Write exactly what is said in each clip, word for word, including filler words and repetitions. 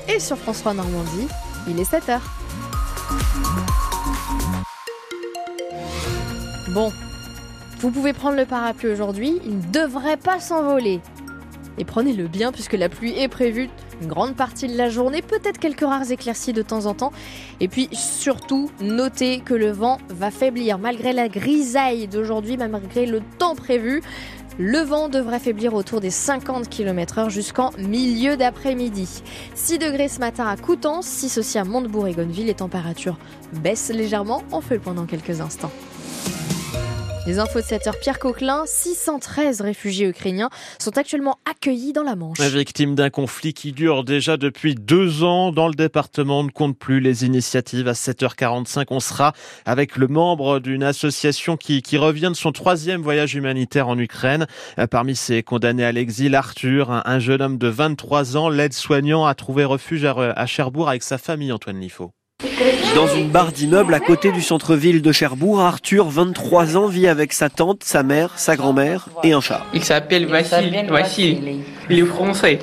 et sur France trois Normandie, il est sept heures. Bon, vous pouvez prendre le parapluie aujourd'hui, il ne devrait pas s'envoler. Et prenez-le bien puisque la pluie est prévue une grande partie de la journée, peut-être quelques rares éclaircies de temps en temps. Et puis surtout, notez que le vent va faiblir malgré la grisaille d'aujourd'hui, malgré le temps prévu. Le vent devrait faiblir autour des cinquante kilomètres heure jusqu'en milieu d'après-midi. six degrés ce matin à Coutances, six aussi à Montebourg et Gonneville. Les températures baissent légèrement. On fait le point dans quelques instants. Les infos de sept heures, Pierre Coquelin, six cent treize réfugiés ukrainiens sont actuellement accueillis dans la Manche. Victimes d'un conflit qui dure déjà depuis deux ans dans le département, on ne compte plus les initiatives. À sept heures quarante-cinq, on sera avec le membre d'une association qui, qui revient de son troisième voyage humanitaire en Ukraine. Parmi ces condamnés à l'exil, Arthur, un, un jeune homme de vingt-trois ans, l'aide-soignant, a trouvé refuge à, à Cherbourg avec sa famille, Antoine Liffaut. Dans une barre d'immeuble à côté du centre-ville de Cherbourg, Arthur, vingt-trois ans, vit avec sa tante, sa mère, sa grand-mère et un chat. Il s'appelle Vassil. Vassil. Il est français.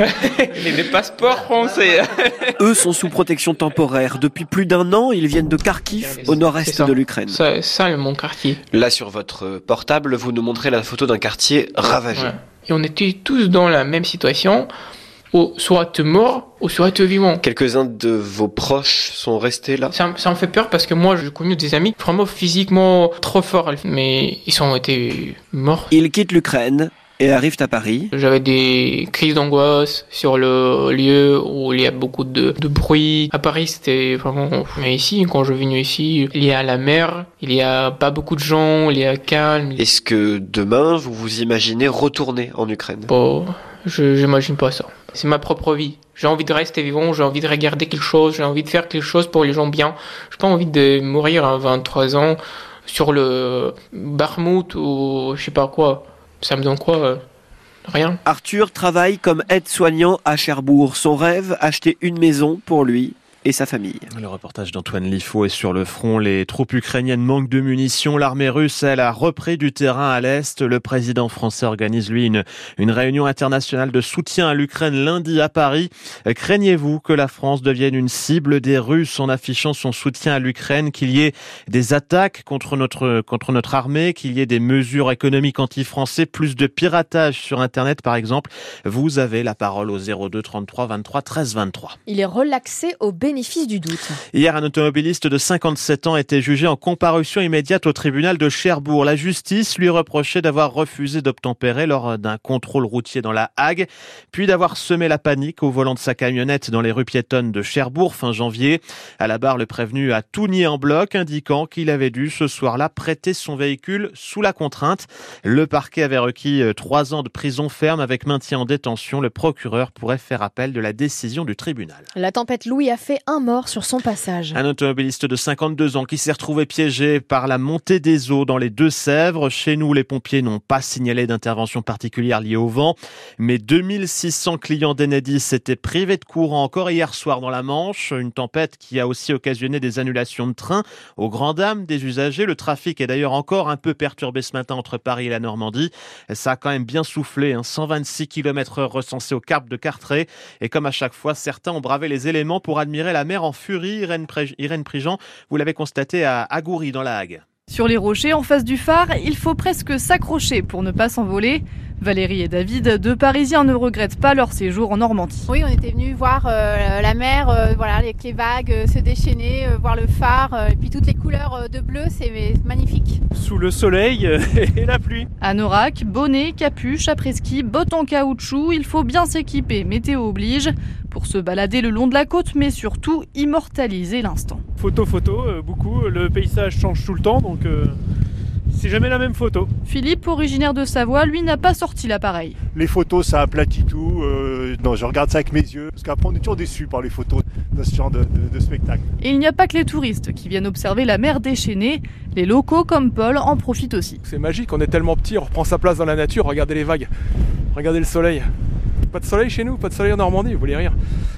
Il a des passeports français. Eux sont sous protection temporaire. Depuis plus d'un an, ils viennent de Kharkiv, au nord-est de l'Ukraine. Ça, ça, mon quartier. Là, sur votre portable, vous nous montrez la photo d'un quartier ravagé. Ouais. Et on était tous dans la même situation. Ou soit mort, ou soit vivant. Quelques-uns de vos proches sont restés là. Ça, ça me fait peur parce que moi, j'ai connu des amis vraiment physiquement trop forts, mais ils ont été morts. Ils quittent l'Ukraine et arrivent à Paris. J'avais des crises d'angoisse sur le lieu où il y a beaucoup de, de bruit. À Paris, c'était vraiment... Mais ici, quand je suis venu ici, il y a la mer, il y a pas beaucoup de gens, il y a calme. Est-ce que demain, vous vous imaginez retourner en Ukraine ? Bon, je j'imagine pas ça. C'est ma propre vie. J'ai envie de rester vivant, j'ai envie de regarder quelque chose, j'ai envie de faire quelque chose pour les gens bien. J'ai pas envie de mourir à vingt-trois ans sur le Bakhmout ou je sais pas quoi. Ça me donne quoi ? Rien. Arthur travaille comme aide-soignant à Cherbourg. Son rêve, acheter une maison pour lui et sa famille. Le reportage d'Antoine Liffaut est sur le front. Les troupes ukrainiennes manquent de munitions. L'armée russe, elle, a repris du terrain à l'Est. Le président français organise, lui, une, une réunion internationale de soutien à l'Ukraine lundi à Paris. Craignez-vous que la France devienne une cible des Russes en affichant son soutien à l'Ukraine, qu'il y ait des attaques contre notre, contre notre armée, qu'il y ait des mesures économiques anti-français, plus de piratage sur Internet, par exemple? Vous avez la parole au zéro deux trente-trois vingt-trois treize vingt-trois. Il est relaxé au bénéfice bénéfice du doute. Hier, un automobiliste de cinquante-sept ans a été jugé en comparution immédiate au tribunal de Cherbourg. La justice lui reprochait d'avoir refusé d'obtempérer lors d'un contrôle routier dans la Hague, puis d'avoir semé la panique au volant de sa camionnette dans les rues piétonnes de Cherbourg fin janvier. À la barre, le prévenu a tout nié en bloc, indiquant qu'il avait dû ce soir-là prêter son véhicule sous la contrainte. Le parquet avait requis trois ans de prison ferme avec maintien en détention. Le procureur pourrait faire appel de la décision du tribunal. La tempête Louis a fait un mort sur son passage. Un automobiliste de cinquante-deux ans qui s'est retrouvé piégé par la montée des eaux dans les Deux-Sèvres. Chez nous, les pompiers n'ont pas signalé d'intervention particulière liée au vent, mais deux mille six cents clients d'Enedis étaient privés de courant encore hier soir dans la Manche. Une tempête qui a aussi occasionné des annulations de trains aux grandes dames des usagers. Le trafic est d'ailleurs encore un peu perturbé ce matin entre Paris et la Normandie. Ça a quand même bien soufflé, hein. cent vingt-six kilomètres heure recensés au Cap de Cartré. Et comme à chaque fois, certains ont bravé les éléments pour admirer la mer en furie. Irène, Pré- Irène Prigent, vous l'avez constaté à Agoury dans la Hague. Sur les rochers, en face du phare, il faut presque s'accrocher pour ne pas s'envoler. Valérie et David, deux Parisiens, ne regrettent pas leur séjour en Normandie. Oui, on était venus voir euh, la mer, euh, voilà, avec les vagues euh, se déchaîner, euh, voir le phare, euh, et puis toutes les couleurs euh, de bleu, c'est magnifique. Sous le soleil euh, et la pluie. Anorak, bonnet, capuche, après-ski, bottes en caoutchouc, il faut bien s'équiper, météo oblige, pour se balader le long de la côte, mais surtout immortaliser l'instant. Photo, photo, euh, beaucoup, le paysage change tout le temps, donc... Euh... c'est jamais la même photo. Philippe, originaire de Savoie, lui n'a pas sorti l'appareil. Les photos, ça aplatit tout. Euh, non, je regarde ça avec mes yeux. Parce qu'après, on est toujours déçus par les photos de ce genre de, de, de spectacle. Et il n'y a pas que les touristes qui viennent observer la mer déchaînée. Les locaux, comme Paul, en profitent aussi. C'est magique, on est tellement petit, on reprend sa place dans la nature. Regardez les vagues, regardez le soleil. Pas de soleil chez nous, pas de soleil en Normandie, vous voulez rire.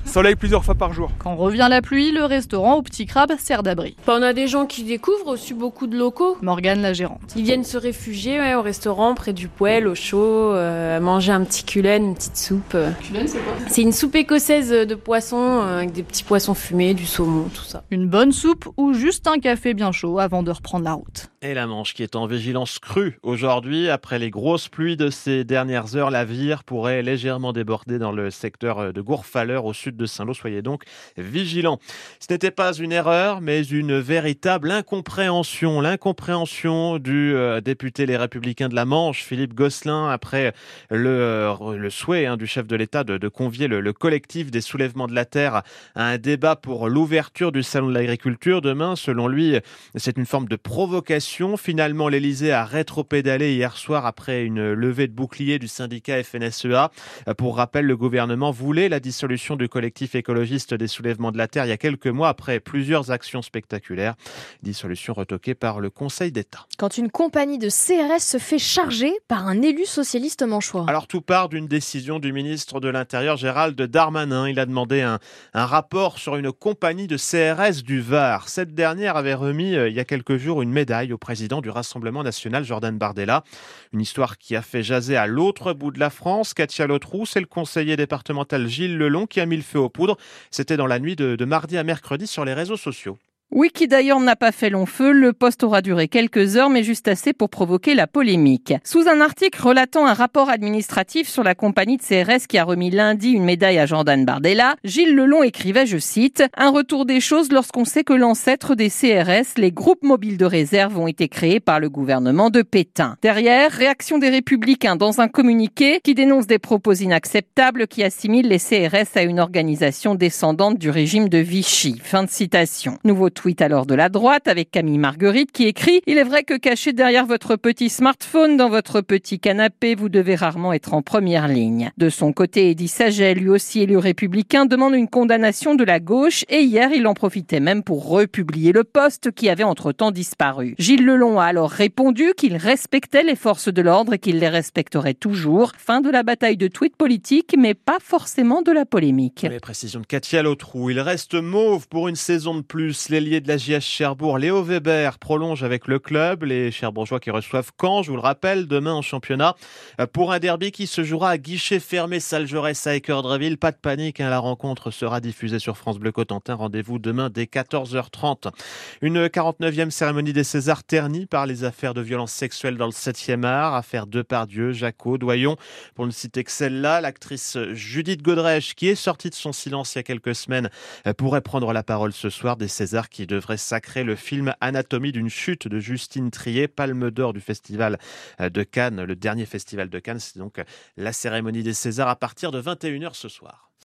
Soleil plusieurs fois par jour. Quand revient la pluie, le restaurant au Petit Crabe sert d'abri. On a des gens qui découvrent aussi beaucoup de locaux. Morgane, la gérante. Ils viennent se réfugier ouais, au restaurant, près du poêle, au chaud, euh, manger un petit culène, une petite soupe. Culène, c'est quoi ? C'est une soupe écossaise de poissons, euh, avec des petits poissons fumés, du saumon, tout ça. Une bonne soupe ou juste un café bien chaud avant de reprendre la route. Et la Manche qui est en vigilance crue aujourd'hui. Après les grosses pluies de ces dernières heures, la Vire pourrait légèrement déborder dans le secteur de Gourfaleur au sud de Saint-Lô. Soyez donc vigilants. Ce n'était pas une erreur, mais une véritable incompréhension. L'incompréhension du euh, député Les Républicains de la Manche, Philippe Gosselin, après le, euh, le souhait hein, du chef de l'État de, de convier le, le collectif des soulèvements de la terre à un débat pour l'ouverture du salon de l'agriculture demain. Selon lui, c'est une forme de provocation. Finalement, l'Élysée a rétropédalé hier soir après une levée de bouclier du syndicat F N S E A. Pour rappel, le gouvernement voulait la dissolution du collectif écologiste des soulèvements de la terre il y a quelques mois après plusieurs actions spectaculaires. Dissolution retoquée par le Conseil d'État. Quand une compagnie de C R S se fait charger par un élu socialiste manchois. Alors tout part d'une décision du ministre de l'Intérieur Gérald Darmanin. Il a demandé un, un rapport sur une compagnie de C R S du Var. Cette dernière avait remis euh, il y a quelques jours une médaille au président du Rassemblement national, Jordan Bardella. Une histoire qui a fait jaser à l'autre bout de la France. Katia Lotrou, c'est le conseiller départemental Gilles Lelon qui a mis le feu aux poudres. C'était dans la nuit de, de mardi à mercredi sur les réseaux sociaux. Oui, qui d'ailleurs n'a pas fait long feu. Le post aura duré quelques heures, mais juste assez pour provoquer la polémique. Sous un article relatant un rapport administratif sur la compagnie de C R S qui a remis lundi une médaille à Jordan Bardella, Gilles Lelon écrivait, je cite, « Un retour des choses lorsqu'on sait que l'ancêtre des C R S, les groupes mobiles de réserve, ont été créés par le gouvernement de Pétain. » Derrière, réaction des Républicains dans un communiqué qui dénonce des propos inacceptables qui assimilent les C R S à une organisation descendante du régime de Vichy. Fin de citation. Nouveau tweet alors de la droite avec Camille Marguerite qui écrit « Il est vrai que caché derrière votre petit smartphone, dans votre petit canapé, vous devez rarement être en première ligne. » De son côté, Eddy Saget, lui aussi élu républicain, demande une condamnation de la gauche et hier, il en profitait même pour republier le post qui avait entre-temps disparu. Gilles Lelon a alors répondu qu'il respectait les forces de l'ordre et qu'il les respecterait toujours. Fin de la bataille de tweets politiques, mais pas forcément de la polémique. Les précisions de Katia Lotrou. Il reste mauve pour une saison de plus. L'ailier de la J H Cherbourg, Léo Weber, prolonge avec le club. Les Cherbourgeois qui reçoivent Caen, je vous le rappelle, demain en championnat pour un derby qui se jouera à guichet fermé. Salle Jaurès à Équeurdreville. Pas de panique, hein, la rencontre sera diffusée sur France Bleu Cotentin. Rendez-vous demain dès quatorze heures trente. Une quarante-neuvième cérémonie des Césars ternie par les affaires de violences sexuelles dans le septième art. Affaire Depardieu, Jacot, Doyon. Pour ne citer que celle-là, l'actrice Judith Godrèche, qui est sortie de son silence il y a quelques semaines, pourrait prendre la parole ce soir. Des Césars qui devraient sacrer le film Anatomie d'une chute de Justine Triet, palme d'or du festival de Cannes, le dernier festival de Cannes. C'est donc la cérémonie des Césars à partir de vingt et une heures ce soir.